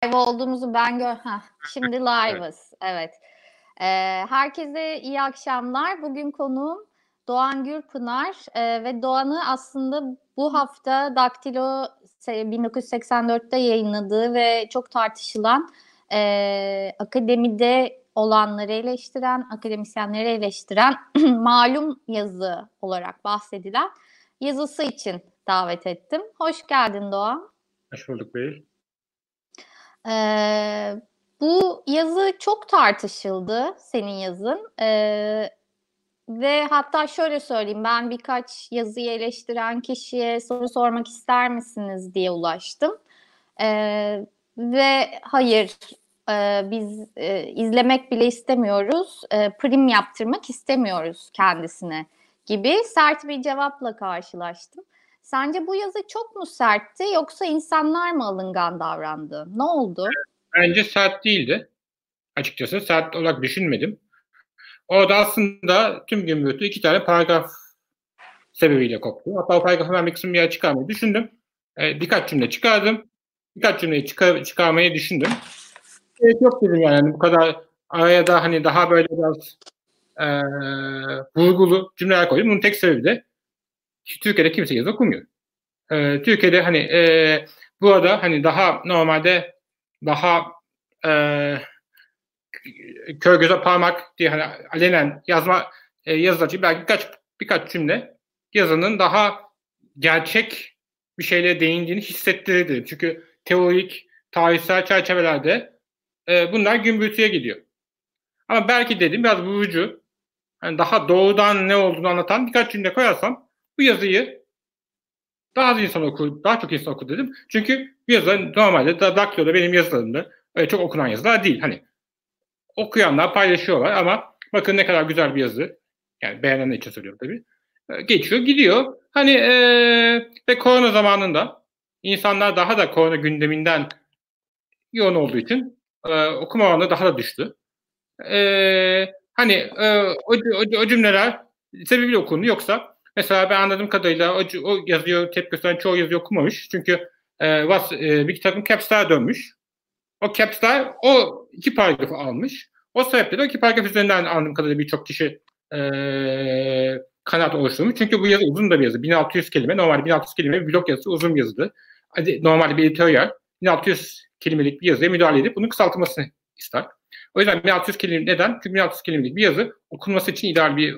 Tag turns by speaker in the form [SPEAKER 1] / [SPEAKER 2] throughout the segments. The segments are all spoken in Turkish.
[SPEAKER 1] Live olduğumuzu ben şimdi
[SPEAKER 2] Evet.
[SPEAKER 1] live'ız. Evet. Herkese iyi akşamlar. Bugün konuğum Doğan Gürpınar ve Doğan'ı aslında bu hafta Daktilo 1984'te yayınladığı ve çok tartışılan akademide olanları eleştiren, akademisyenleri eleştiren malum yazı olarak bahsedilen yazısı için davet ettim. Hoş geldin Doğan.
[SPEAKER 2] Hoş bulduk Bey.
[SPEAKER 1] Bu yazı çok tartışıldı, senin yazın. Ve hatta şöyle söyleyeyim, ben birkaç yazıyı eleştiren kişiye soru sormak ister misiniz diye ulaştım. Ve hayır, biz izlemek bile istemiyoruz, prim yaptırmak istemiyoruz kendisine gibi sert bir cevapla karşılaştım. Sence bu yazı çok mu sertti yoksa insanlar mı alıngan davrandı? Ne oldu?
[SPEAKER 2] Bence sert değildi. Açıkçası sert olarak düşünmedim. Orada aslında tüm gümbürtü 2 tane paragraf sebebiyle koptu. Hatta o paragrafı ben bir kısmı bir yer çıkarmayı düşündüm. Birkaç cümle çıkardım. Birkaç cümleyi çıkarmayı düşündüm. Yok dedim yani bu kadar araya da hani daha böyle biraz vurgulu cümleler koydum. Bunun tek sebebi de Türkiye'de kimse yazı okumuyor. Türkiye'de hani bu arada hani daha normalde daha kör göze parmak diye hani alenen yazılar için belki birkaç cümle yazının daha gerçek bir şeylere değindiğini hissettirirdi. Çünkü teorik, tarihsel çerçevelerde bunlar gümbürtüye gidiyor. Ama belki dedim biraz vurucu, hani daha doğrudan ne olduğunu anlatan birkaç cümle koyarsam bu yazıyı daha az insan okur, daha çok insan okur dedim. Çünkü bu yazılar normalde Daktilo'da benim yazılarımda öyle çok okunan yazılar değil. Hani okuyanlar paylaşıyorlar ama bakın ne kadar güzel bir yazı. Yani beğenenler için söylüyorum tabii. Geçiyor, gidiyor. Hani ve korona zamanında insanlar daha da korona gündeminden yoğun olduğu için okuma oranı daha da düştü. Hani o cümleler sebebiyle okundu. Yoksa mesela ben anladığım kadarıyla o yazıyı tepki gösteren çoğu yazıyı okumamış. Çünkü bir takım caps'ler dönmüş. O caps'ler o 2 paragrafı almış. O sebeple de o 2 paragraf üzerinden anladığım kadarıyla birçok kişi kanaat oluşturmuş. Çünkü bu yazı uzun da bir yazı. 1600 kelime. Normalde 1600 kelime bir blog yazısı uzun bir yazıdır. Normalde bir editörler 1600 kelimelik bir yazıya müdahale edip bunun kısaltılmasını ister. O yüzden 1600 kelime neden? Çünkü 1600 kelimelik bir yazı okunması için ideal bir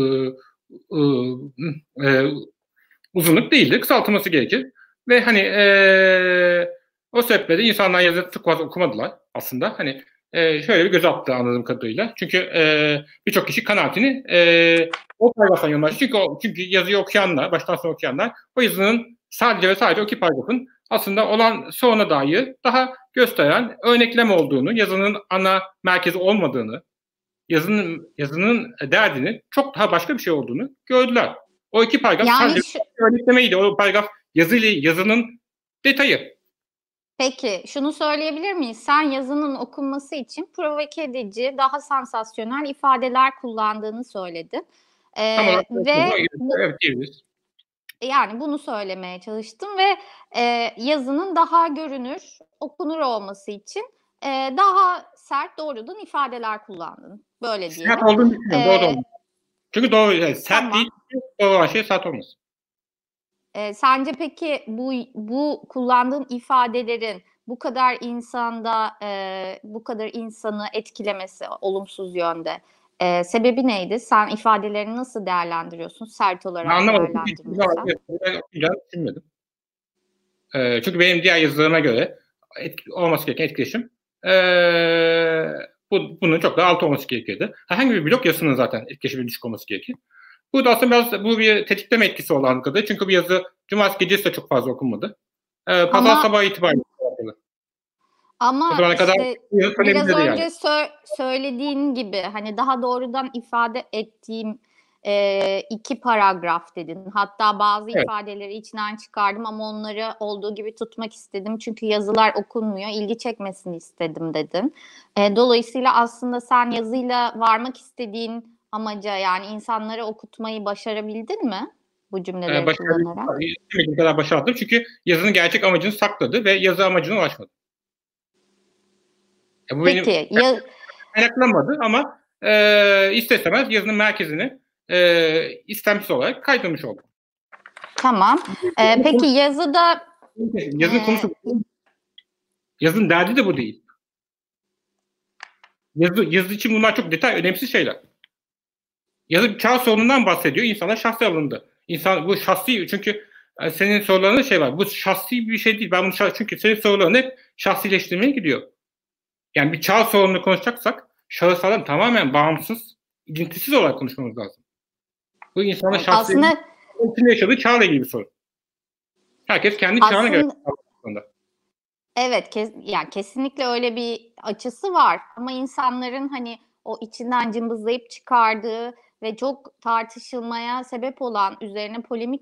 [SPEAKER 2] uzunluk değildir. Kısaltılması gerekir. Ve hani o sebeple de insanlar yazı sık fazla okumadılar aslında. Hani şöyle bir göz attı anladığım kadarıyla. Çünkü birçok kişi kanaatini o paragraftan yoğunlaştı. Çünkü yazıyı okuyanlar, baştan sona okuyanlar o yazının sadece ve sadece o 2 paragrafın aslında olan sonuna dair daha gösteren örneklem olduğunu, yazının ana merkezi olmadığını, yazının derdinin çok daha başka bir şey olduğunu gördüler. O 2 paragraf
[SPEAKER 1] Yani
[SPEAKER 2] sadece örneklemeydi. O paragraf yazının detayı.
[SPEAKER 1] Peki, şunu söyleyebilir miyiz? Sen yazının okunması için provoke edici, daha sansasyonel ifadeler kullandığını söyledin.
[SPEAKER 2] Tam olarak
[SPEAKER 1] Ve
[SPEAKER 2] evet diyebiliriz.
[SPEAKER 1] yani bunu söylemeye çalıştım ve yazının daha görünür, okunur olması için daha sert, doğrudan ifadeler kullandın. Böyle diyelim.
[SPEAKER 2] Sert olduğunu düşünüyorum. Doğru olmaz. Çünkü doğru, yani sert
[SPEAKER 1] Tamam.
[SPEAKER 2] değil. Doğru olan şey sert olmaz.
[SPEAKER 1] Sence peki bu kullandığın ifadelerin bu kadar bu kadar insanı etkilemesi olumsuz yönde sebebi neydi? Sen ifadelerini nasıl değerlendiriyorsun? Sert
[SPEAKER 2] Ben
[SPEAKER 1] olarak
[SPEAKER 2] anlamadım.
[SPEAKER 1] değerlendirmiyorsan.
[SPEAKER 2] Ben okuyacağını düşünmedim. Çünkü benim diğer yazılarıma göre olması gereken etkileşim bunun çok daha alt olması gerekiyordu. Herhangi bir blog yazısının zaten etkileşimin düşük olması gerekir. Bu da aslında biraz bu bir tetikleme etkisi olan kadar. Çünkü bu yazı cumartesi gecesi de çok fazla okunmadı. Pazar sabahı itibariyle.
[SPEAKER 1] Ama
[SPEAKER 2] O zamana kadar
[SPEAKER 1] işte biraz önce söylediğin gibi hani daha doğrudan ifade ettiğim 2 paragraf dedin. Hatta bazı ifadeleri içinden çıkardım ama onları olduğu gibi tutmak istedim. Çünkü yazılar okunmuyor, ilgi çekmesini istedim dedin. Dolayısıyla aslında sen yazıyla varmak istediğin amaca, yani insanları okutmayı başarabildin mi bu cümleleri kullanarak?
[SPEAKER 2] Başaramadım kadar başardım. Çünkü yazının gerçek amacını sakladı ve yazı amacına ulaşmadı. Bu
[SPEAKER 1] Peki.
[SPEAKER 2] benim kaynaklanmadı ama ister istemez yazının merkezini istemsiz olarak kaydırmış oldum.
[SPEAKER 1] Tamam. Peki yazıda
[SPEAKER 2] yazın konusu yazın derdi de bu değil. Yazı için bunlar çok detay, önemsiz şeyler. Yazı çağ sorunundan bahsediyor. İnsanlar şahsi alındı. Bu şahsi, çünkü senin sorularında şey var. Bu şahsi bir şey değil. Ben bunu çünkü senin soruların hep şahsileştirmeye gidiyor. Yani bir çağ sorununu konuşacaksak şahıslardan tamamen bağımsız, ilintisiz olarak konuşmamız lazım. Bu insanın şahsi içinde yaşadığı çağla ilgili bir sorun. Herkes kendi çağına göre.
[SPEAKER 1] Evet, yani kesinlikle öyle bir açısı var. Ama insanların hani o içinden cımbızlayıp çıkardığı ve çok tartışılmaya sebep olan, üzerine polemik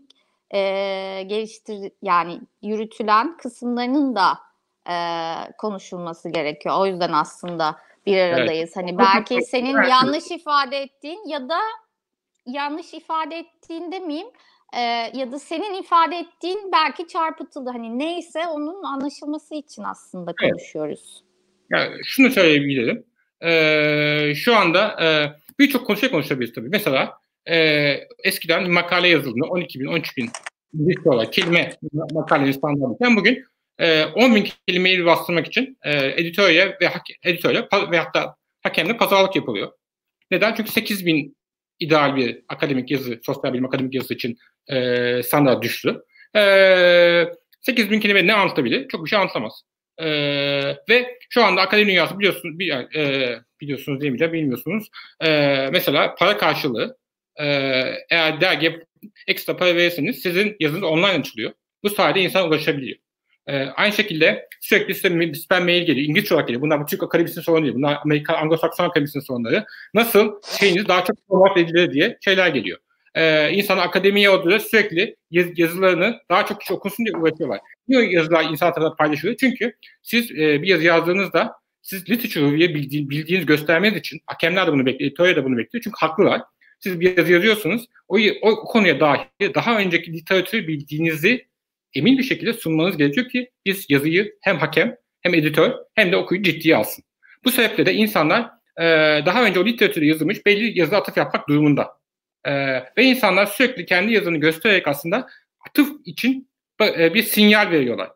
[SPEAKER 1] yani yürütülen kısımlarının da konuşulması gerekiyor. O yüzden aslında bir aradayız. Evet. Hani belki senin yanlış ifade ettiğin ya da yanlış ifade ettiğin demeyeyim, ya da senin ifade ettiğin belki çarpıtılı. Hani neyse onun anlaşılması için aslında konuşuyoruz.
[SPEAKER 2] Yani şunu söyleyebilirim. Şu anda birçok şey konuşabiliriz tabii. Mesela eskiden makale yazıldığında 12.000, 13.000 olarak kelime makale standartlarken bugün 10.000 kelimeyi bastırmak için editörle ve hatta hakemle pazarlık yapılıyor. Neden? Çünkü 8.000 ideal bir akademik yazı, sosyal bilim akademik yazısı için standart düştü. 8.000 kelime ne anlatabilir? Çok bir şey anlatamaz. Ve şu anda akademi dünyası biliyorsunuz değil mi? Bilmiyorsunuz. Mesela para karşılığı eğer dergiye ekstra para verirseniz sizin yazınız online açılıyor. Bu sayede insan ulaşabiliyor. Aynı şekilde sürekli size spam mail geliyor. İngilizce olarak geliyor. Bunlar Türk akademisinin sorunu değil. Bunlar Amerikan, Anglo-Sakson akademisinin sorunları. Nasıl şeyiniz daha çok promote edilir diye şeyler geliyor. İnsan akademiye olduğunda sürekli yazılarını daha çok kişi okusun diye uğraşıyorlar. Niye yazılar insan tarafından paylaşılıyor? Çünkü siz bir yazı yazdığınızda siz literature review'ye bildiğiniz göstermeniz için hakemler de bunu bekliyor, editörler de bunu bekliyor. Çünkü haklılar. Siz bir yazı yazıyorsunuz. O konuya dair daha önceki literatürü bildiğinizi emin bir şekilde sunmanız gerekiyor ki biz yazıyı hem hakem hem editör hem de okuyucu ciddiye alsın. Bu sebeple de insanlar daha önce o literatürü yazılmış belli yazı atıf yapmak durumunda. Ve insanlar sürekli kendi yazını göstererek aslında atıf için bir sinyal veriyorlar.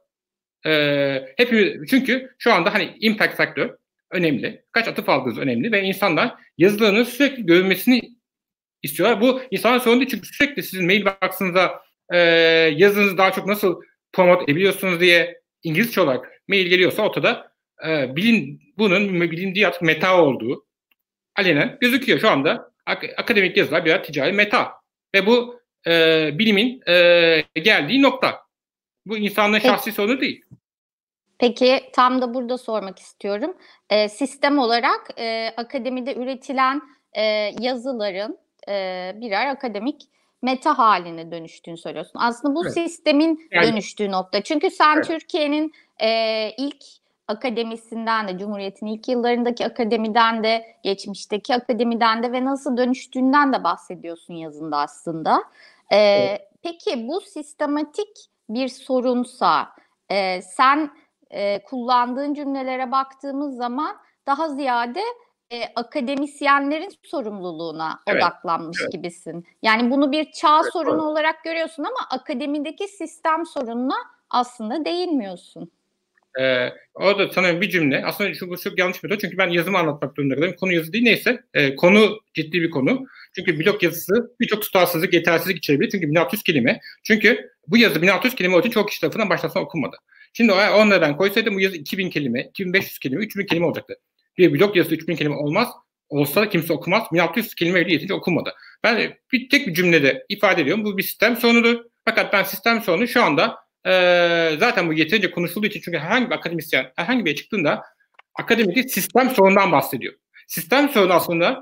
[SPEAKER 2] Çünkü şu anda hani impact faktör önemli. Kaç atıf aldığınız önemli ve insanlar yazılarının sürekli görülmesini istiyorlar. Bu insanlar sorun değil çünkü sürekli sizin mail box'ınıza yazınızı daha çok nasıl promote edebiliyorsunuz diye İngilizce olarak mail geliyorsa ortada bunun bilindiği artık meta olduğu alenen gözüküyor. Şu anda akademik yazılar birer ticari meta ve bu bilimin geldiği nokta. Bu insanların şahsi sorunu değil.
[SPEAKER 1] Peki tam da burada sormak istiyorum. Sistem olarak akademide üretilen yazıların birer akademik meta haline dönüştüğünü söylüyorsun. Aslında bu sistemin dönüştüğü nokta. Çünkü sen Türkiye'nin ilk akademisinden de, Cumhuriyet'in ilk yıllarındaki akademiden de, geçmişteki akademiden de ve nasıl dönüştüğünden de bahsediyorsun yazında aslında. Peki bu sistematik bir sorunsa sen kullandığın cümlelere baktığımız zaman daha ziyade akademisyenlerin sorumluluğuna odaklanmış gibisin. Yani bunu bir çağ sorunu olarak görüyorsun ama akademideki sistem sorununa aslında değinmiyorsun.
[SPEAKER 2] Orada sanırım bir cümle. Aslında bu çok yanlış bir şey. Çünkü ben yazımı anlatmak durumunda kalıyorum. Konu yazı değil neyse. Konu ciddi bir konu. Çünkü blog yazısı birçok tutarsızlık, yetersizlik içerebilir. Çünkü 1600 kelime. Çünkü bu yazı 1600 kelime olduğu için çok kişi tarafından baştan okunmadı. Şimdi onları ben koysaydım bu yazı 2000 kelime, 2500 kelime, 3000 kelime olacaktı. Bir blog yazısı 3000 kelime olmaz. Olsa da kimse okumaz. 1600 kelime öyle yetince okunmadı. Ben tek bir cümlede ifade ediyorum. Bu bir sistem sorunudur. Fakat ben sistem sorunu şu anda zaten bu yeterince konuşulduğu için çünkü herhangi bir akademisyen herhangi bir yere çıktığında akademide sistem sorunundan bahsediyor. Sistem sorunu aslında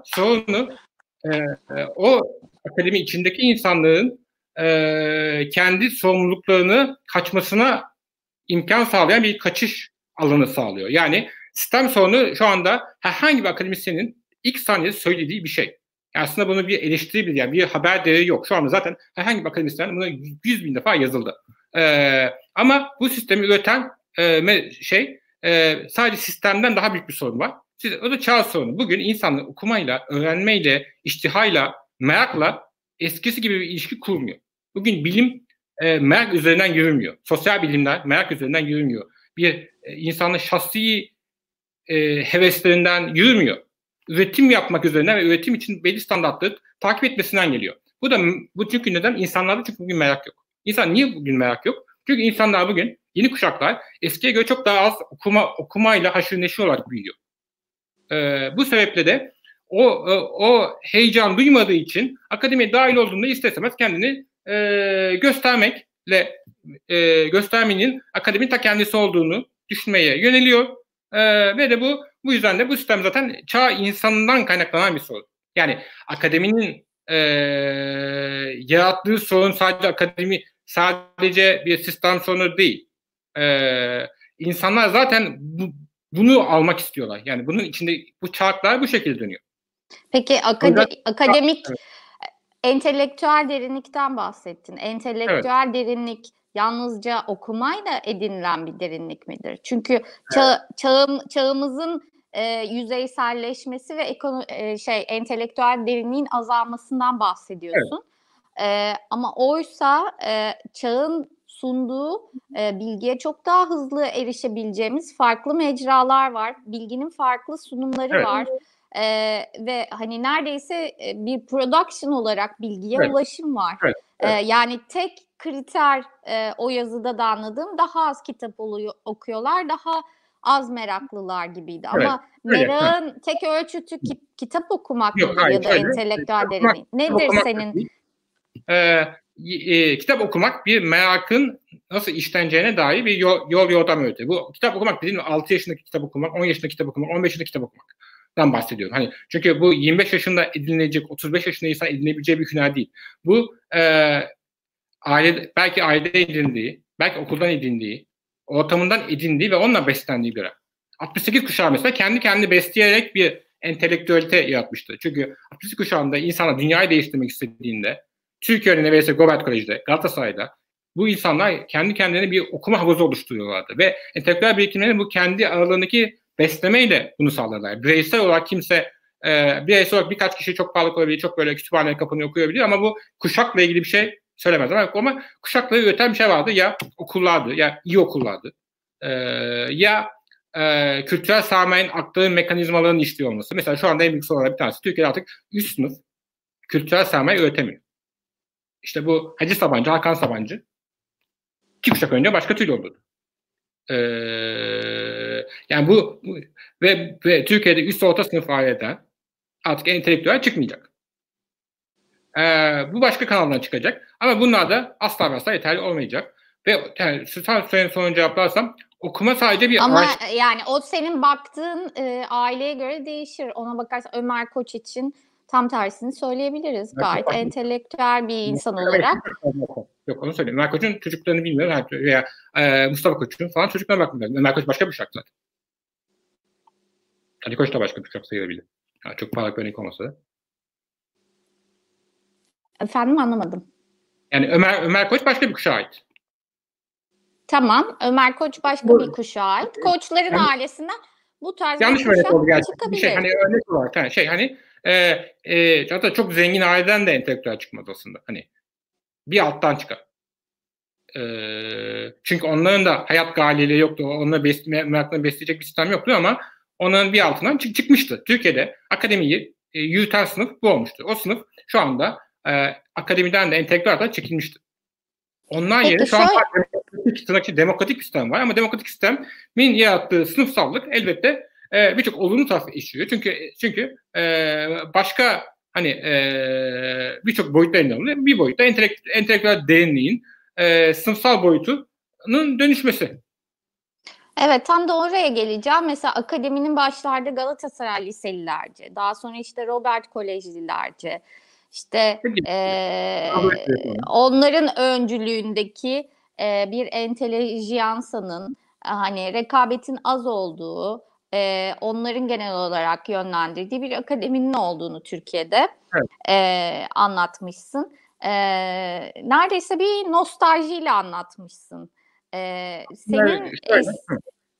[SPEAKER 2] o akademi içindeki insanların kendi sorumluluklarını kaçmasına imkan sağlayan bir kaçış alanı sağlıyor. Yani sistem sorunu şu anda herhangi bir akademisyenin ilk saniyede söylediği bir şey. Yani aslında bunu bir eleştiri yani bir haber değeri yok. Şu anda zaten herhangi bir akademisyen buna 100.000 defa yazıldı. Ama bu sistemi üreten sadece sistemden daha büyük bir sorun var. O da çağ sorunu. Bugün insanlar okumayla, öğrenmeyle, iştihayla, merakla eskisi gibi bir ilişki kurmuyor. Bugün bilim merak üzerinden yürümüyor. Sosyal bilimler merak üzerinden yürümüyor. Bir insanın şahsi heveslerinden yürümüyor. Üretim yapmak üzerinden ve üretim için belli standartları takip etmesinden geliyor. Bu çünkü neden? İnsanlarda çünkü bugün merak yok. İnsan niye bugün merak yok? Çünkü insanlar bugün, yeni kuşaklar eskiye göre çok daha az okumayla haşır neşir olarak büyüyor. Bu sebeple de o heyecan duymadığı için akademiye dahil olduğunda ister istemez kendini göstermenin akademinin ta kendisi olduğunu düşünmeye yöneliyor. Ve de bu yüzden de bu sistem zaten çağ insanından kaynaklanan bir sorun. Yani akademinin yarattığı sorun sadece bir sistem sorunu değil. İnsanlar zaten bunu almak istiyorlar. Yani bunun içinde bu çarklar bu şekilde dönüyor.
[SPEAKER 1] Peki akademik entelektüel derinlikten bahsettin. Entelektüel derinlik yalnızca okumayla edinilen bir derinlik midir? Çünkü çağımızın yüzeyselleşmesi ve entelektüel derinliğin azalmasından bahsediyorsun. Ama oysa çağın sunduğu bilgiye çok daha hızlı erişebileceğimiz farklı mecralar var. Bilginin farklı sunumları var. Ve hani neredeyse bir production olarak bilgiye ulaşım var. Yani tek kriter o yazıda da anladığım daha az kitap okuyorlar, daha az meraklılar gibiydi. Ama merakın tek ölçütü kitap okumak mıdır ya da entelektüel derinliği? Nedir senin?
[SPEAKER 2] Kitap okumak bir merakın nasıl işleneceğine dair bir yol yordam öğreti. Bu kitap okumak dediğim 6 yaşındaki kitap okumak, 10 yaşındaki kitap okumak, 15 yaşındaki kitap okumaktan bahsediyorum. Hani çünkü bu 25 yaşında edinilecek, 35 yaşında insan edinebileceği bir hüner değil. Bu belki ailede edindiği, belki okuldan edindiği, ortamından edindiği ve onunla beslendiği bir 68 kuşağı mesela kendi kendini besleyerek bir entelektüelite yaratmıştı. Çünkü 68 kuşağında insanlar dünyayı değiştirmek istediğinde Türkiye örneğinde vs. Gobert Kolej'de, Galatasaray'da bu insanlar kendi kendilerine bir okuma havuzu oluşturuyorlardı. Ve entelektüel birikimlerini bu kendi aralarındaki beslemeyle bunu sağlarlar. Bireysel olarak bireysel olarak birkaç kişi çok pahalı olabilir, çok böyle kütüphaneye kapanıyor okuyabilir ama bu kuşakla ilgili bir şey söylemez. Ama kuşakları üreten bir şey vardı. Ya okullardı, ya iyi okullardı. Ya kültürel sermayenin aktarım mekanizmalarının işliyor olması. Mesela şu anda en büyük sorunlardan bir tanesi. Türkiye'de artık üst sınıf kültürel sermaye üretemiyor. İşte bu Hacı Sabancı, Hakan Sabancı 2 kuşak önce başka türlü olurdu. Yani ve Türkiye'de üst orta sınıf aileden artık entelektüel çıkmayacak. Bu başka kanaldan çıkacak. Ama bunlar da asla ve asla yeterli olmayacak. Ve yani senin sorunu cevaplarsam okuma sadece bir
[SPEAKER 1] ama yani o senin baktığın aileye göre değişir. Ona bakarsan Ömer Koç için tam tersini söyleyebiliriz. Gayet entelektüel bir insan olarak.
[SPEAKER 2] Yok onu söyleyeyim. Ömer Koç'un çocuklarını bilmiyorum. Veya Mustafa Koç'un falan çocuklarına bakmıyorum. Ömer Koç başka bir kuşak zaten. Ali Koç da başka bir kuşak sayılabilir. Yani çok parlak bir örnek olmasa da.
[SPEAKER 1] Efendim anlamadım.
[SPEAKER 2] Yani Ömer Koç başka bir kuşağa ait.
[SPEAKER 1] Tamam. Ömer Koç başka bir kuşağa ait. Koçların ailesinden bu tarz
[SPEAKER 2] yanlış
[SPEAKER 1] bir kuşak
[SPEAKER 2] oldu
[SPEAKER 1] çıkabilir.
[SPEAKER 2] Bir şey hani örnek olarak hatta çok zengin aileden de entelektüel çıkmaz aslında. Hani bir alttan çıkar. Çünkü onların da hayat galileri yoktu. Onları meraklarını besleyecek bir sistem yoktu ama onların bir altından çıkmıştı. Türkiye'de akademiyi yürüten sınıf bu olmuştu. O sınıf şu anda akademiden de entelektüelden çekilmişti. Onlar yerine şu an demokratik bir sistem var ama demokratik sistemin yarattığı sınıfsallık elbette birçok olumlu tarafı işliyor. Çünkü başka birçok boyutlar oluyor. Bir boyutta entelektüel derinliğin sınıfsal boyutunun dönüşmesi.
[SPEAKER 1] Evet, tam da oraya geleceğim. Mesela akademinin başlarda Galatasaray liselilerce, daha sonra işte Robert Kolejlilerce, işte onların öncülüğündeki bir entelejiyansanın hani rekabetin az olduğu, onların genel olarak yönlendirdiği bir akademinin olduğunu Türkiye'de anlatmışsın. Neredeyse bir nostaljiyle anlatmışsın. Senin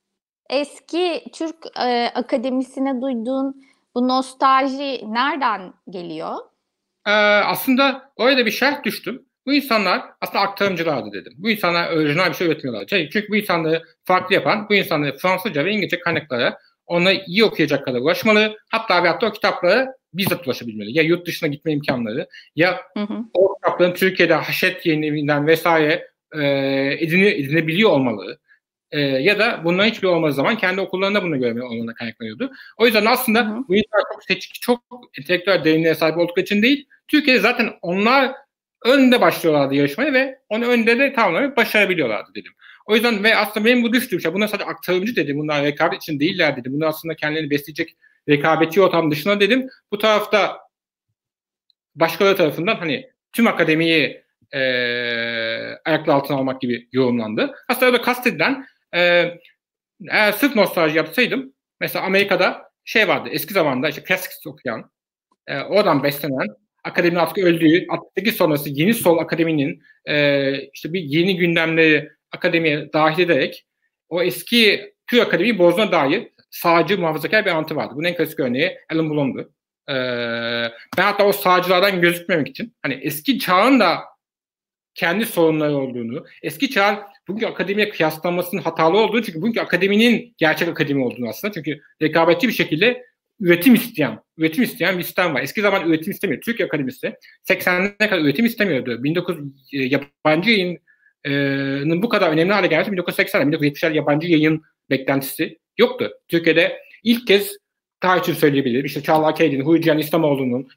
[SPEAKER 1] Eski Türk akademisine duyduğun bu nostalji nereden geliyor?
[SPEAKER 2] Aslında oraya da bir şerh düştüm. Bu insanlar aslında aktarımcılardı dedim. Bu insanlar orijinal bir şey üretmiyorlar. Çünkü bu insanları farklı yapan, bu insanları Fransızca ve İngilizce kaynaklara onları iyi okuyacak kadar ulaşmalı. Hatta o kitaplara bizzat ulaşabilmeli. Ya yurt dışına gitme imkanları, ya o kitapların Türkiye'de Haşet Yayınevi'nden vesaire edinebiliyor olmalı. Ya da bunların hiçbir olmadığı zaman kendi okullarında bunu görmeye olmalarına kaynaklanıyordu. O yüzden aslında bu insanlar çok seçik, çok entelektüel derinliğe sahip oldukları için değil, Türkiye'de zaten onlar önde başlıyorlardı yarışmaya ve onu önde de tamamlamayı başarabiliyorlardı dedim. O yüzden ve aslında benim bu düştüğüm şey, bunlar sadece aktarımcı dedim, bunlar rekabet için değiller dedim. Bunlar aslında kendilerini besleyecek rekabetçi ortam dışına dedim. Bu tarafta başkaları tarafından hani tüm akademiyi ayaklar altına almak gibi yorumlandı. Aslında orada kastedilen eğer sırf nostalji yapsaydım, mesela Amerika'da şey vardı, eski zamanda işte Classics okuyan, oradan beslenen, akademinin artık öldüğü, 68 sonrası yeni sol akademinin işte bir yeni gündemleri akademiye dahil ederek o eski Türk akademiyi bozduğuna dair sağcı, muhafazakar bir antı vardı. Bunun en klasik örneği Alan Bloom'du. Ben hatta o sağcılardan gözükmemek için hani eski çağın da kendi sorunları olduğunu, eski çağın bugünkü akademiye kıyaslanmasının hatalı olduğunu, çünkü bugünkü akademinin gerçek akademi olduğunu aslında. Çünkü rekabetçi bir şekilde üretim isteyen bir sistem var. Eski zaman üretim istemiyor. Türkiye Akademisi 80'lere kadar üretim istemiyordu. 1900 yabancı yayının bu kadar önemli hale gelmesi 1980'de, 1970'lerde yabancı yayın beklentisi yoktu. Türkiye'de ilk kez tarihçi söyleyebilir. İşte Çağlar Keydi'nin, Huri Cihan İslamoğlu'nun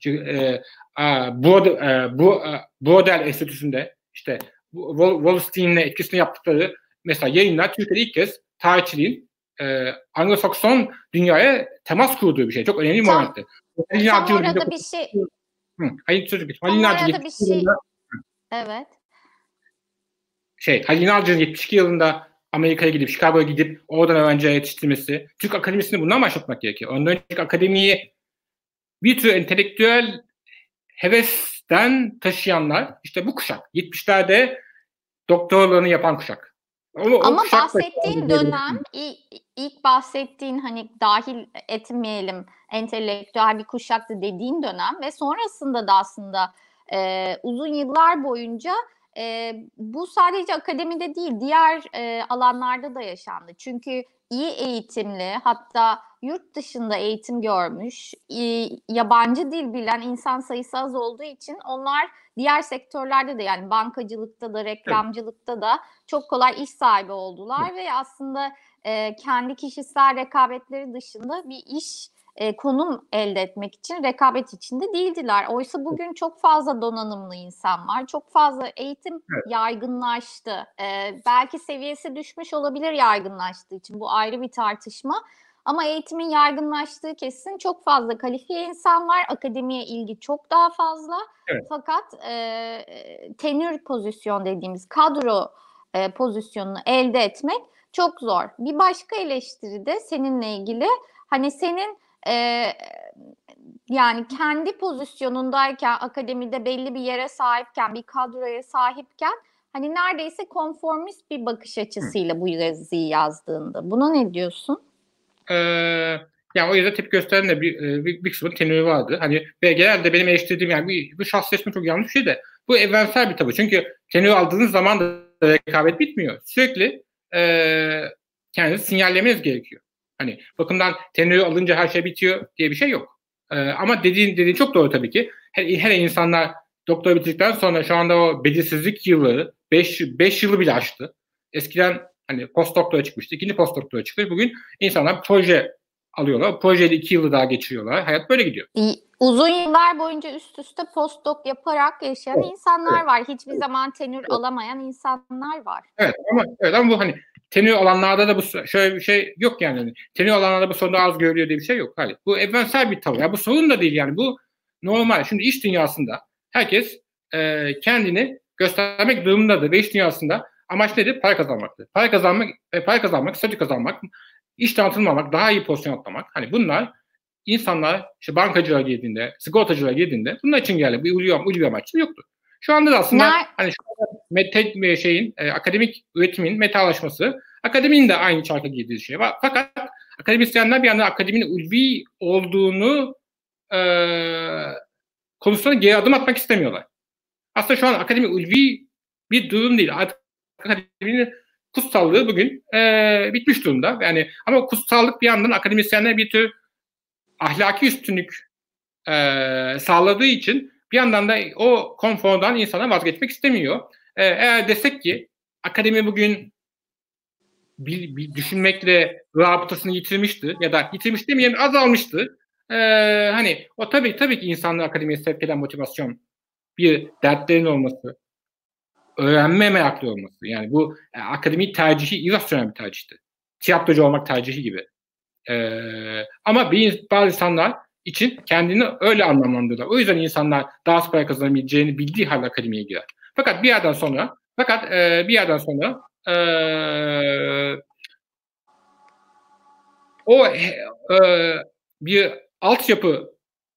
[SPEAKER 2] Brodel Enstitüsü'nde işte Wallerstein'le etkisini yaptıkları mesela yayınlar Türkiye'de ilk kez tarihçiliğin Anglo-Sakson dünyaya temas kurduğu bir şey. Çok önemli bir momentti.
[SPEAKER 1] Tam orada bir şey.
[SPEAKER 2] Hayır, çocuk.
[SPEAKER 1] Tam orada bir şey. Evet.
[SPEAKER 2] Halil İnalcı'nın 72 yılında Amerika'ya gidip, Chicago'ya gidip oradan öğrenciler yetiştirmesi. Türk akademisini bundan başlatmak gerekiyor. Ondan önceki akademiyi bir tür entelektüel hevesten taşıyanlar, işte bu kuşak. 70'lerde doktorlarını yapan kuşak.
[SPEAKER 1] Ama bahsettiğin dönem, ilk bahsettiğin hani dahil etmeyelim entelektüel bir kuşaktı dediğin dönem ve sonrasında da aslında uzun yıllar boyunca bu sadece akademide değil, diğer alanlarda da yaşandı. Çünkü iyi eğitimli, hatta yurt dışında eğitim görmüş, yabancı dil bilen insan sayısı az olduğu için onlar diğer sektörlerde de, yani bankacılıkta da, reklamcılıkta da çok kolay iş sahibi oldular ve aslında kendi kişisel rekabetleri dışında bir iş konum elde etmek için rekabet içinde değildiler. Oysa bugün çok fazla donanımlı insan var. Çok fazla eğitim yaygınlaştı. Belki seviyesi düşmüş olabilir yaygınlaştığı için. Bu ayrı bir tartışma. Ama eğitimin yaygınlaştığı kesin, çok fazla kalifiye insan var. Akademiye ilgi çok daha fazla. Fakat tenür pozisyon dediğimiz kadro pozisyonunu elde etmek çok zor. Bir başka eleştiri de seninle ilgili. Hani senin yani kendi pozisyonundayken, akademide belli bir yere sahipken, bir kadroya sahipken hani neredeyse konformist bir bakış açısıyla bu yazıyı yazdığında. Buna ne diyorsun?
[SPEAKER 2] Yani o yüzden tepki gösteren de bir kısmın tenörü vardı. Hani ve genelde benim eleştirdiğim, yani bu şahsleşme çok yanlış bir şey de, bu evrensel bir tabu. Çünkü tenör aldığınız zaman da rekabet bitmiyor. Sürekli kendinizi sinyallemeniz gerekiyor. Hani bakımdan tenörü alınca her şey bitiyor diye bir şey yok. Ama dediğin çok doğru tabii ki. Her insanlar doktora bitirdikten sonra şu anda o belirsizlik yılı 5 yılı bile aştı. Eskiden hani post doktora çıkmıştı. İkinci post doktora çıktı. Bugün insanlar proje alıyorlar. Projede 2 yılı daha geçiriyorlar. Hayat böyle gidiyor.
[SPEAKER 1] Uzun yıllar boyunca üst üste postdoc yaparak yaşayan insanlar var. Hiçbir zaman tenür alamayan insanlar var.
[SPEAKER 2] Ama bu hani tenür alanlarda da bu şöyle bir şey yok yani. Hani tenür alanlarda bu sorun az görülüyor diye bir şey yok. Hayır. Bu evrensel bir tavır. Yani bu sorun da değil yani. Bu normal. Şimdi iş dünyasında herkes kendini göstermek durumundadır ve iş dünyasında amaç nedir? Para kazanmaktır. Para kazanmak, statü kazanmak, iş tanıtılmamak, daha iyi pozisyon atlamak. Hani bunlar insanlar işte bankacılığa girdiğinde, sigortacılığa girdiğinde bunlar için geldi. Bir ulvi amaçlı yoktu. Şu anda da aslında hani şu anda akademik üretimin metalaşması Akademinin de aynı çarka girdiği şey var. Fakat akademisyenler bir yandan akademinin ulvi olduğunu konusunda geri adım atmak istemiyorlar. Aslında şu an akademi ulvi bir durum değil. Artık akademinin kutsallığı bugün bitmiş durumda. Yani ama kutsallık bir yandan akademisyenler bir tür ahlaki üstünlük sağladığı için bir yandan da o konfordan insana vazgeçmek istemiyor. Eğer desek ki akademi bugün bir düşünmekle rabıtasını yitirmişti ya da yitirmiş demeyelim, azalmıştı. Hani o tabii ki insanları akademiye sevk eden motivasyon bir dertlerin olması, öğrenme meraklı olması. Yani bu akademi tercihi irrasyonel bir tercihti. Tiyatrocu olmak tercihi gibi. Ama bazı insanlar için kendini öyle anlamlandırırlar. O yüzden insanlar daha az para kazanabileceğini bildiği halde akademiye girer. Fakat bir yerden sonra o bir altyapı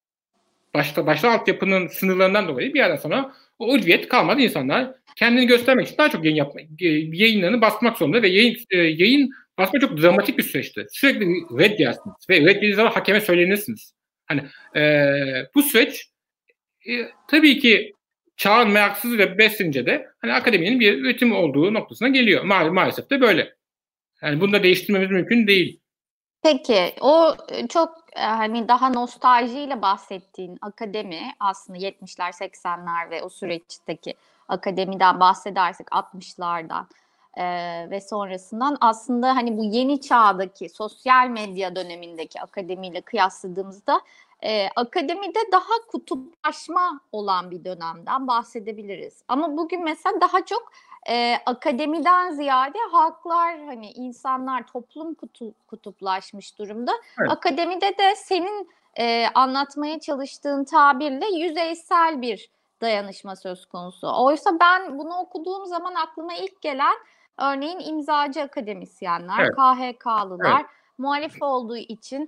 [SPEAKER 2] başta altyapının sınırlarından dolayı bir yerden sonra o ulviyet kalmadı. İnsanlar kendini göstermek için daha çok yayınlarını basmak zorunda ve yayın basma çok dramatik bir süreçti. Sürekli red yersiniz ve red yediğiniz zaman hakeme söylenirsiniz. Hani bu süreç tabii ki çağın meraksız ve beslenince de hani akademinin bir üretim olduğu noktasına geliyor. Maalesef de böyle. Yani bunu da değiştirmemiz mümkün değil.
[SPEAKER 1] Peki o çok hani daha nostaljiyle bahsettiğin akademi aslında 70'ler 80'ler ve o süreçteki akademiden bahsedersek 60'lardan ve sonrasından aslında hani bu yeni çağdaki sosyal medya dönemindeki akademiyle kıyasladığımızda akademide daha kutuplaşma olan bir dönemden bahsedebiliriz. Ama bugün mesela daha çok akademiden ziyade halklar hani insanlar toplum kutuplaşmış durumda. Evet. Akademide de senin anlatmaya çalıştığın tabirle yüzeysel bir dayanışma söz konusu. Oysa ben bunu okuduğum zaman aklıma ilk gelen örneğin imzacı akademisyenler, evet. KHK'lılar, evet. Muhalif olduğu için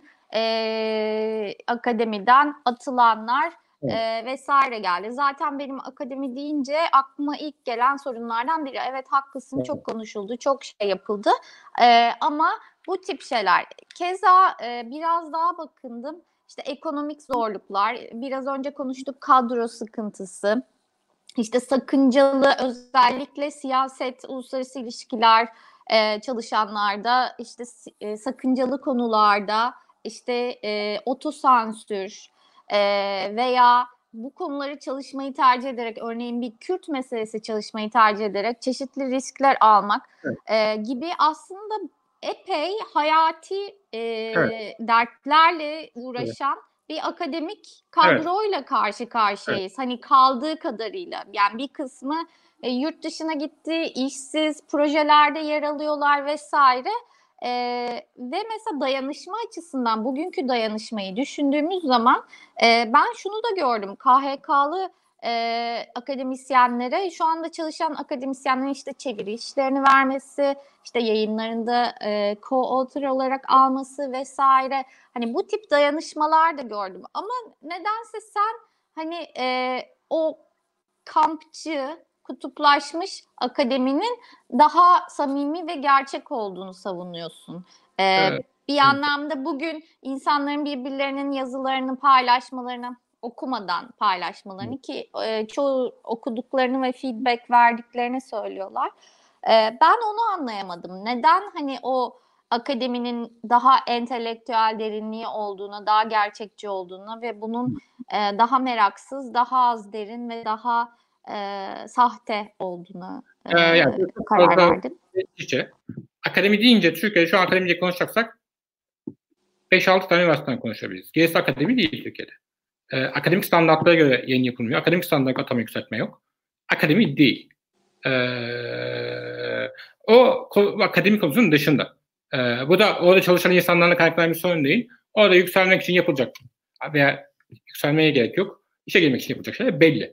[SPEAKER 1] akademiden atılanlar vesaire geldi. Zaten benim akademi deyince aklıma ilk gelen sorunlardan biri. Evet haklısın, çok konuşuldu, çok şey yapıldı. Ama bu tip şeyler. Keza biraz daha bakındım. İşte ekonomik zorluklar, biraz önce konuştuk kadro sıkıntısı, işte sakıncalı özellikle siyaset, uluslararası ilişkiler çalışanlarda, işte sakıncalı konularda, işte otosansür veya bu konuları çalışmayı tercih ederek, örneğin bir Kürt meselesi çalışmayı tercih ederek çeşitli riskler almak gibi aslında epey hayati dertlerle uğraşan bir akademik kadroyla karşı karşıyayız. Evet. Hani kaldığı kadarıyla. Yani bir kısmı yurt dışına gitti, işsiz, projelerde yer alıyorlar vesaire. Ve mesela dayanışma açısından bugünkü dayanışmayı düşündüğümüz zaman ben şunu da gördüm. KHK'lı akademisyenlere, şu anda çalışan akademisyenlerin işte çeviri işlerini vermesi, işte yayınlarında co-author olarak alması vesaire. Hani bu tip dayanışmalar da gördüm. Ama nedense sen hani o kampçı, kutuplaşmış akademinin daha samimi ve gerçek olduğunu savunuyorsun. Evet. Bir anlamda bugün insanların birbirlerinin yazılarını paylaşmalarını, okumadan paylaşmalarını ki çoğu okuduklarını ve feedback verdiklerini söylüyorlar. Ben onu anlayamadım. Neden hani o akademinin daha entelektüel derinliği olduğuna, daha gerçekçi olduğuna ve bunun daha meraksız, daha az derin ve daha sahte olduğuna karar verdin?
[SPEAKER 2] Akademi deyince, Türkiye'de şu an akademiyle konuşacaksak 5-6 tane üniversiteden konuşabiliriz. Gerisi akademi değil Türkiye'de. Akademik standartlara göre yayın yapılmıyor. Akademik standartlara atama yükseltme yok. Akademi değil. O akademik konusunun dışında. Bu da orada çalışan insanlarla kaynaklanan bir sorun değil. Orada yükselmek için yapılacak veya yükselmeye gerek yok. İşe girmek için yapılacak şeyler belli.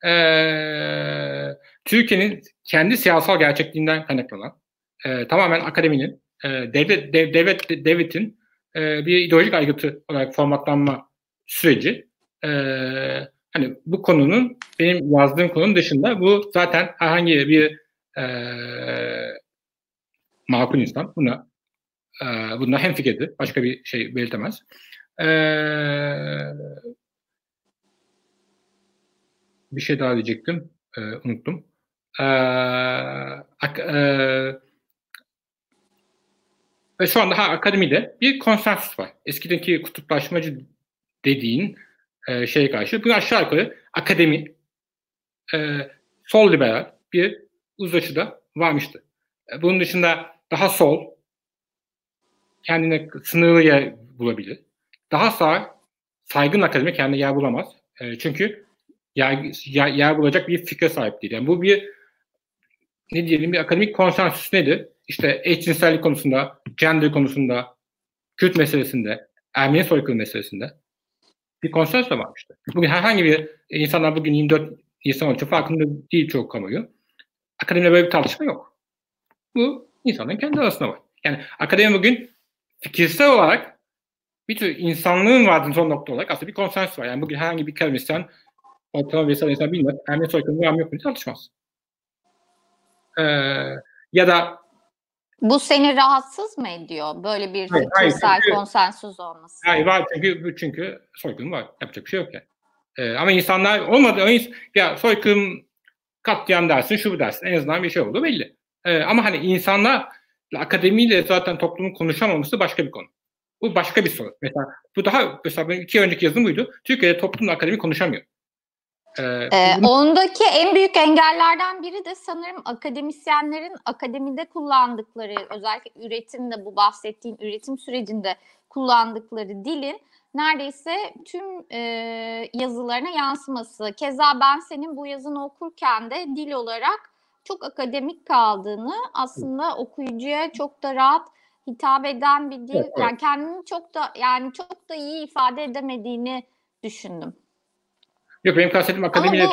[SPEAKER 2] Türkiye'nin kendi siyasal gerçekliğinden kaynaklanan tamamen akademinin devletin bir ideolojik aygıtı olarak formatlanma süreci hani bu konunun benim yazdığım konunun dışında bu zaten herhangi bir makul insan. Bunda hemfikirdi. Başka bir şey belirtemez. Bir şey daha diyecektim. Unuttum. Ve şu anda akademide bir konsensus var. Eskideki kutuplaşmacı dediğin şeye karşı bu aşağı yukarı akademi sol liberal bir uzlaşıda varmıştı. Bunun dışında daha sol kendine sınırlı yer bulabilir. Daha sağ saygın akademi kendine yer bulamaz. Çünkü yer bulacak bir fikre sahip değil. Yani bu bir ne diyelim bir akademik konsensüs nedir? İşte eşcinsellik konusunda, gender konusunda, Kürt meselesinde, Ermeni soykırım meselesinde bir konsensüs de varmıştı. Bugün herhangi bir insanlar bugün 24 Nisan için farkında değil çok kamuoyu. Akademide böyle bir tartışma yok. Bu insanların kendi arasında var. Yani akademi bugün fikirsel olarak bir tür insanlığın vardığı son nokta olarak aslında bir konsensüs var. Yani bugün herhangi bir akademisyen ortalama bir insan bilmez. Ermeni soykırımı var mı yok mu tartışmaz. Ya da
[SPEAKER 1] bu seni rahatsız mı ediyor? Böyle bir fikirsel konsensüs olması.
[SPEAKER 2] Hayır var çünkü soykırım var. Yapacak bir şey yok yani. Ama insanlar olmadı. Ya soykırım katliam dersin, şu dersin. En azından bir şey oldu belli. Ama hani insanlar akademiyle zaten toplumun konuşamaması başka bir konu. Bu başka bir sorun. Mesela benim 2 önceki yazım buydu. Türkiye'de toplumla akademi konuşamıyor.
[SPEAKER 1] Ondaki en büyük engellerden biri de sanırım akademisyenlerin akademide kullandıkları, özellikle üretimde, bu bahsettiğim üretim sürecinde kullandıkları dilin neredeyse tüm yazılarına yansıması. Keza ben senin bu yazını okurken de dil olarak çok akademik kaldığını, aslında okuyucuya çok da rahat hitap eden bir dil, evet. Yani kendini çok da iyi ifade edemediğini düşündüm.
[SPEAKER 2] Yok benim kastettiğim akademiyle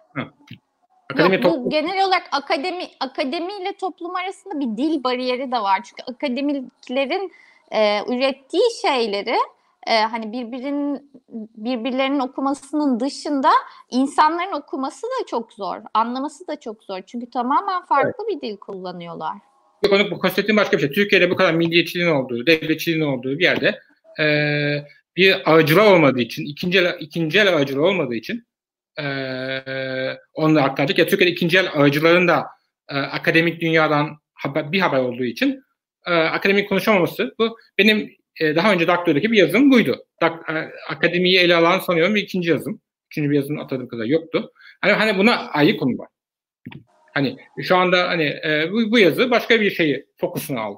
[SPEAKER 1] bu genel olarak akademiyle toplum arasında bir dil bariyeri de var. Çünkü akademiklerin ürettiği şeyleri hani birbirlerinin okumasının dışında insanların okuması da çok zor, anlaması da çok zor. Çünkü tamamen farklı bir dil kullanıyorlar.
[SPEAKER 2] Yok bu kastettiğim başka bir şey. Türkiye'de bu kadar milliyetçiliğin olduğu, devletçiliğin olduğu bir yerde bir aracılığı olmadığı için, ikinci el aracılığı olmadığı için onunla aktaracak. Ya Türkiye'de ikinci el aracıların da akademik dünyadan bir haber olduğu için akademik konuşamaması. Bu benim daha önce Daktilo'daki bir yazım buydu. Akademiyi ele alan sanıyorum bir ikinci yazım. Üçüncü bir yazım atladığım kadar yoktu. Hani buna ayrı konu var. Hani şu anda hani bu yazı başka bir şeyi fokusuna aldı.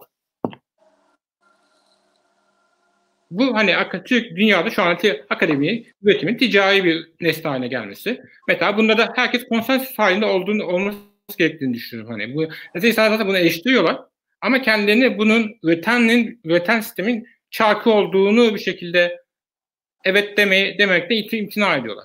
[SPEAKER 2] Bu hani Türk dünyada şu an akademi üretimin ticari bir nesne haline gelmesi. Mesela bunda da herkes konsensüs halinde olması gerektiğini düşünüyorum. Hani bu mesela zaten bunu eleştiriyorlar ama kendilerini bunun üreten sistemin çarkı olduğunu bir şekilde evet demekte imtina ediyorlar.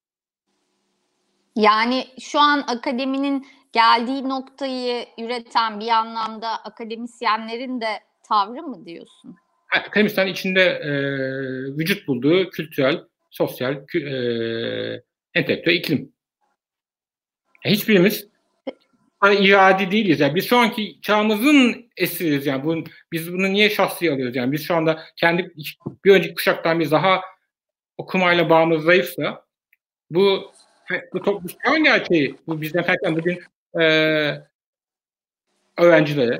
[SPEAKER 1] Yani şu an akademinin geldiği noktayı üreten bir anlamda akademisyenlerin de tavrı mı diyorsun?
[SPEAKER 2] Akademisyen içinde vücut bulduğu kültürel, sosyal, entelektüel iklim. Hiçbirimiz iradi değiliz. Yani biz şu anki çağımızın esiriyiz. Yani biz bunu niye şahsi alıyoruz? Yani biz şu anda bir önceki kuşaktan biz daha okumayla bağımız zayıfsa bu toplumsal gerçeği, bu bizden kaynaklan bugün öğrencilere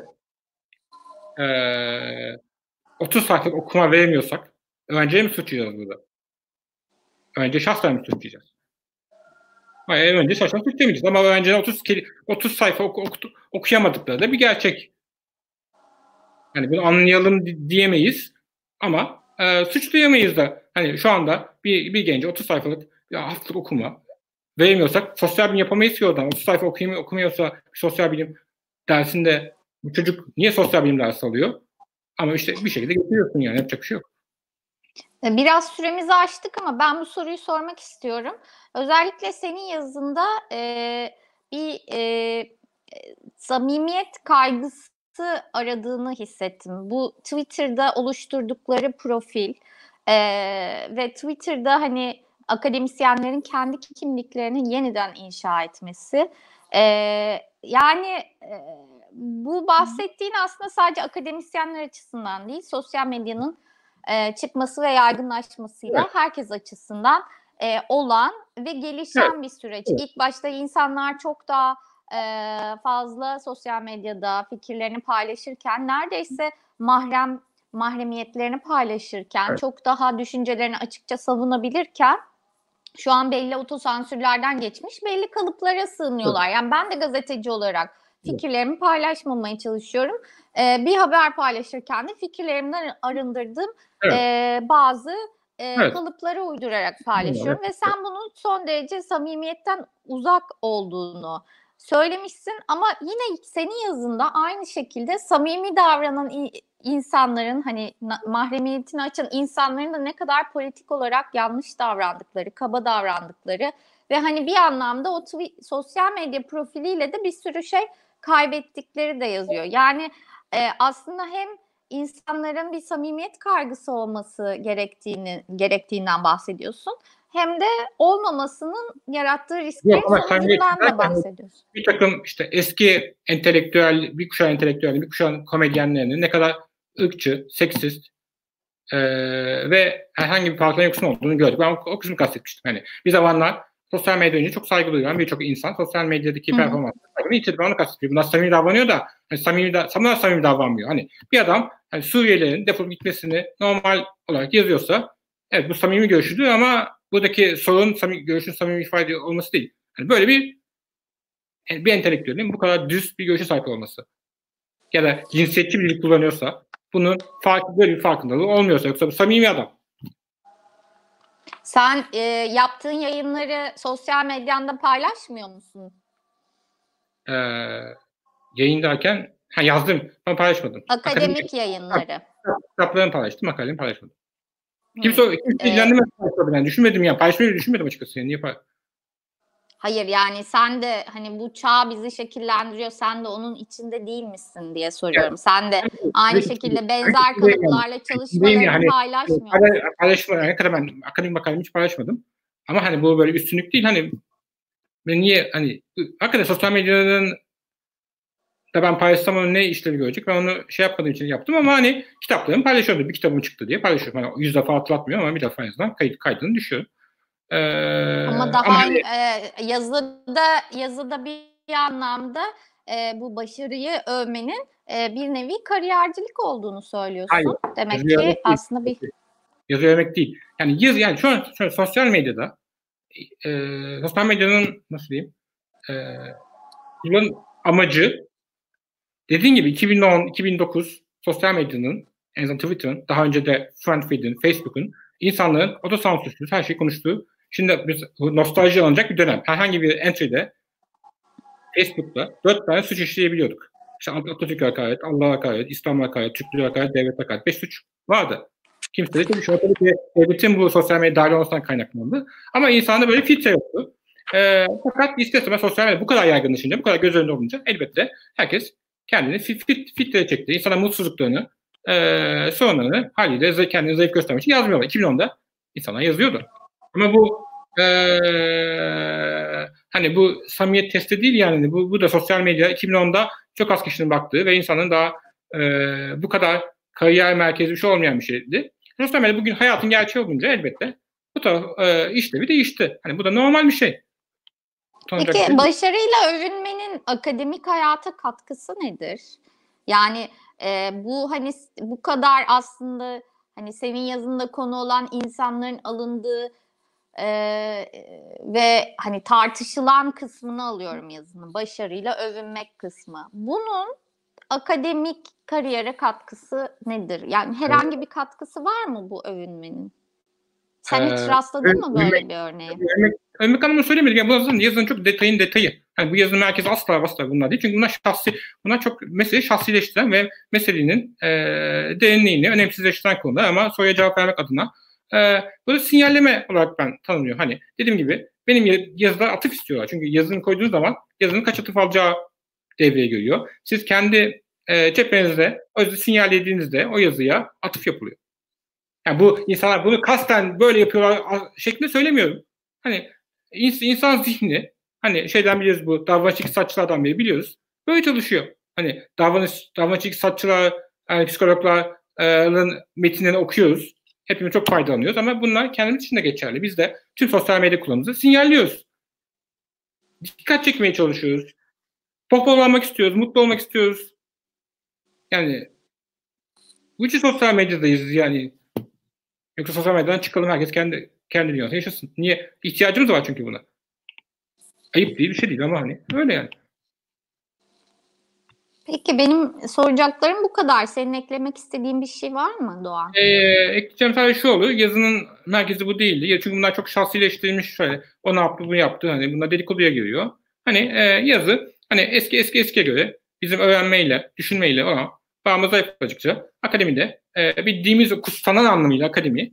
[SPEAKER 2] 30 saatlik okuma veremiyorsak öğrenciye mi suçlayacağız burada? Öğrenciye şahsen mi suçlayacağız? Hayır, önce şahsen suçlamayacağız ama öğrenciler 30 sayfa okuyamadıkları da bir gerçek. Yani bunu anlayalım diyemeyiz ama suçlayamayız da. Hani şu anda bir gence 30 sayfalık haftalık okuma veremiyorsak sosyal bilim yapamayız ki oradan. 30 sayfa okumuyorsa sosyal bilim dersinde bu çocuk niye sosyal bilim dersi alıyor? Ama işte bir şekilde getiriyorsun yani yapacak bir şey yok.
[SPEAKER 1] Biraz süremizi aştık ama ben bu soruyu sormak istiyorum. Özellikle senin yazında bir samimiyet kaygısı aradığını hissettim. Bu Twitter'da oluşturdukları profil ve Twitter'da hani akademisyenlerin kendi kimliklerini yeniden inşa etmesi. Yani bu bahsettiğin aslında sadece akademisyenler açısından değil, sosyal medyanın çıkması ve yaygınlaşmasıyla herkes açısından olan ve gelişen bir süreç. İlk başta insanlar çok daha fazla sosyal medyada fikirlerini paylaşırken, neredeyse mahremiyetlerini paylaşırken, çok daha düşüncelerini açıkça savunabilirken, şu an belli otosansürlerden geçmiş, belli kalıplara sığınıyorlar. Yani ben de gazeteci olarak fikirlerimi paylaşmamaya çalışıyorum. Bir haber paylaşırken de fikirlerimden arındırdığım bazı kalıplara uydurarak paylaşıyorum. Ve sen bunun son derece samimiyetten uzak olduğunu söylemişsin. Ama yine senin yazında aynı şekilde samimi davranan insanların, hani mahremiyetini açan insanların da ne kadar politik olarak yanlış davrandıkları, kaba davrandıkları ve hani bir anlamda o sosyal medya profiliyle de bir sürü şey kaybettikleri de yazıyor. Yani aslında hem insanların bir samimiyet kaygısı olması gerektiğinden bahsediyorsun, hem de olmamasının yarattığı risklerin sonucundan da bahsediyorsun.
[SPEAKER 2] Bir takım işte eski entelektüel, bir kuşağın entelektüel, bir kuşağın komedyenlerinin ne kadar ırkçı, seksist ve herhangi bir farklı yoksun olduğunu gördük. Ben o kısmı kastetmiştim. Hani bir zamanlar sosyal medya önce çok saygı duyan birçok insan sosyal medyadaki performansını yitirdi. Ben onu kastetmiyorum. Bunlar samimi davranıyor da hani samimi davranmıyor. Hani bir adam hani Suriyelilerin defolup gitmesini normal olarak yazıyorsa, evet bu samimi görüşüdür ama buradaki sorun görüşün samimi ifade olması değil. Yani böyle bir entelektüelin bu kadar düz bir görüşe sahip olması ya da cinsiyetçi bir dil kullanıyorsa, bunun böyle bir farkındalığı olmuyorsa, yoksa bu samimi adam.
[SPEAKER 1] Sen yaptığın yayınları sosyal medyanda paylaşmıyor musun?
[SPEAKER 2] Yayın derken yazdım ama paylaşmadım.
[SPEAKER 1] Akademik yayınları.
[SPEAKER 2] Kitaplarımı paylaştım, makalemi paylaşmadım. Kimse ilgilendirmez. Ben düşünmedim ya. Paylaşmayı düşünmedim açıkçası. Yani niye
[SPEAKER 1] Hayır, yani sen de hani bu çağ bizi şekillendiriyor, sen de onun içinde değil misin diye soruyorum. Evet. Sen de aynı şekilde benzer kalıplarla çalışmalarını paylaşmıyorsun.
[SPEAKER 2] Paylaşmadım. Ne kadar ben akademik makalemi hiç paylaşmadım. Ama hani bu böyle üstünlük değil. Hani ben niye hani hakikaten sosyal medyanın da ben paylaşsam onun ne işlevi görecek? Ben onu yapmadığım için yaptım ama hani kitaplarımı paylaşıyordum. Bir kitabım çıktı diye paylaşıyorum. Hani 100 defa hatırlatmıyorum ama bir defa en azından kaydını düşüyor.
[SPEAKER 1] Ama daha yazıda bir anlamda bu başarıyı övmenin bir nevi kariyercilik olduğunu söylüyorsun. Hayır, demek ki aslında bir
[SPEAKER 2] yazı övmek değil. Yani şu an sosyal medyada sosyal medyanın nasıl diyeyim bunun amacı, dediğin gibi 2010-2009 sosyal medyanın, en azından Twitter'ın, daha önce de FriendFeed'in, Facebook'un insanların otosansürsüz her şeyi konuştuğu, şimdi biz nostalji alınacak bir dönem. Herhangi bir entry'de Facebook'ta 4 tane suç işleyebiliyorduk. İşte Atatürk'e hakaret, Allah'a hakaret, İslam'a hakaret, Türklüğe hakaret, devlete hakaret. 5 suç vardı. Kimse de hiçbir şey yok. Devletin bu sosyal medya dahil olmasından kaynaklandı. Ama insanda böyle filtre yoktu. Fakat istersen sosyal medya bu kadar yaygınlaşınca, bu kadar göz önünde olunca elbette herkes kendini filtreye çekti. İnsanlar mutsuzluklarını, sorunlarını haliyle kendini zayıf göstermek için yazmıyorlar. 2010'da insanlar yazıyordu. Ama bu hani bu samimiyet testi değil yani. Bu da sosyal medya 2010'da çok az kişinin baktığı ve insanın daha bu kadar kariyer merkezi bir şey olmayan bir şeydi. Sosyal medya bugün hayatın gerçeği olunca elbette bu taraf işlevi değişti. Hani bu da normal bir şey.
[SPEAKER 1] Peki başarıyla övünmenin akademik hayata katkısı nedir? Yani bu hani bu kadar aslında hani senin yazında konu olan insanların alındığı ve hani tartışılan kısmını alıyorum yazının. Başarıyla övünmek kısmı. Bunun akademik kariyere katkısı nedir? Yani herhangi bir katkısı var mı bu övünmenin? Sen hiç rastladın mı böyle bir örneğe?
[SPEAKER 2] Övünmek anlamını söylemedik. Yani bu yazının çok detayı. Yani bu yazının merkezi asla bunlar değil. Çünkü bunlar çok meseleyi şahsileştiren ve meselenin derinliğini önemsizleştiren konular ama soruya cevap vermek adına böyle sinyalleme olarak ben tanımlıyorum. Hani dediğim gibi benim yazılar atıf istiyorlar. Çünkü yazını koyduğunuz zaman yazının kaç atıf alacağı devreye giriyor. Siz kendi cephenizde sinyallediğinizde o yazıya atıf yapılıyor. Yani bu insanlar bunu kasten böyle yapıyorlar şeklinde söylemiyorum. Hani insan zihni, hani şeyden biliyoruz, bu Davranışçı saçlardan beri biliyoruz. Böyle çalışıyor. Hani davranış iktisatçılar, yani psikologların metinlerini okuyoruz. Hepimiz çok faydalanıyoruz ama bunlar kendimiz için de geçerli. Biz de tüm sosyal medya kullanımımızı sinyalliyoruz. Dikkat çekmeye çalışıyoruz. Popüler olmak istiyoruz, mutlu olmak istiyoruz. Yani bu için sosyal medyadayız yani. Yoksa sosyal medyadan çıkalım, herkes kendi dünyasında yaşasın. Niye? İhtiyacımız var çünkü buna. Ayıp değil, bir şey değil ama hani öyle yani.
[SPEAKER 1] Peki benim soracaklarım bu kadar. Senin eklemek istediğin bir şey var mı Doğan?
[SPEAKER 2] Ekleyeceğim sadece şu olur. Yazının merkezi bu değildi. Ya çünkü bunlar çok şahsileştirilmiş şöyle. O ne yaptı, bunu yaptı. Hani bunlar dedikoduya giriyor. Hani yazı hani eskiye göre bizim öğrenmeyle, düşünmeyle ona bağımız zayıf açıkça. Akademide bildiğimiz o kutsanan anlamıyla akademi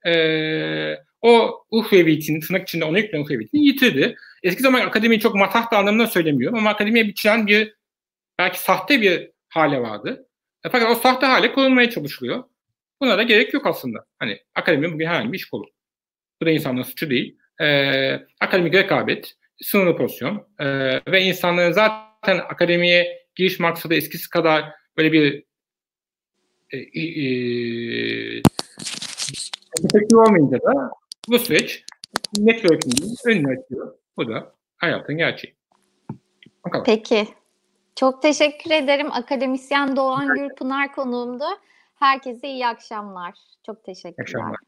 [SPEAKER 2] o uhreviyetini, tırnak içinde ona yüklenen uhreviyetini yitirdi. Eski zaman akademiyi çok matah da anlamında söylemiyorum ama akademiye biçilen bir belki sahte bir hale vardı. Fakat o sahte hale korunmaya çalışılıyor. Buna da gerek yok aslında. Hani akademi bugün herhangi bir iş kolu. Bu da insanların suçu değil. Akademik rekabet, sınırlı pozisyon ve insanların zaten akademiye giriş maksadı eskisi kadar böyle bir efektif olmayınca da bu süreç networking'in önünü açıyor. Bu da hayatın gerçeği. Bakalım.
[SPEAKER 1] Peki. Çok teşekkür ederim. Akademisyen Doğan Gürpınar konuğumdu. Herkese iyi akşamlar. Çok teşekkürler.
[SPEAKER 2] İyi akşamlar.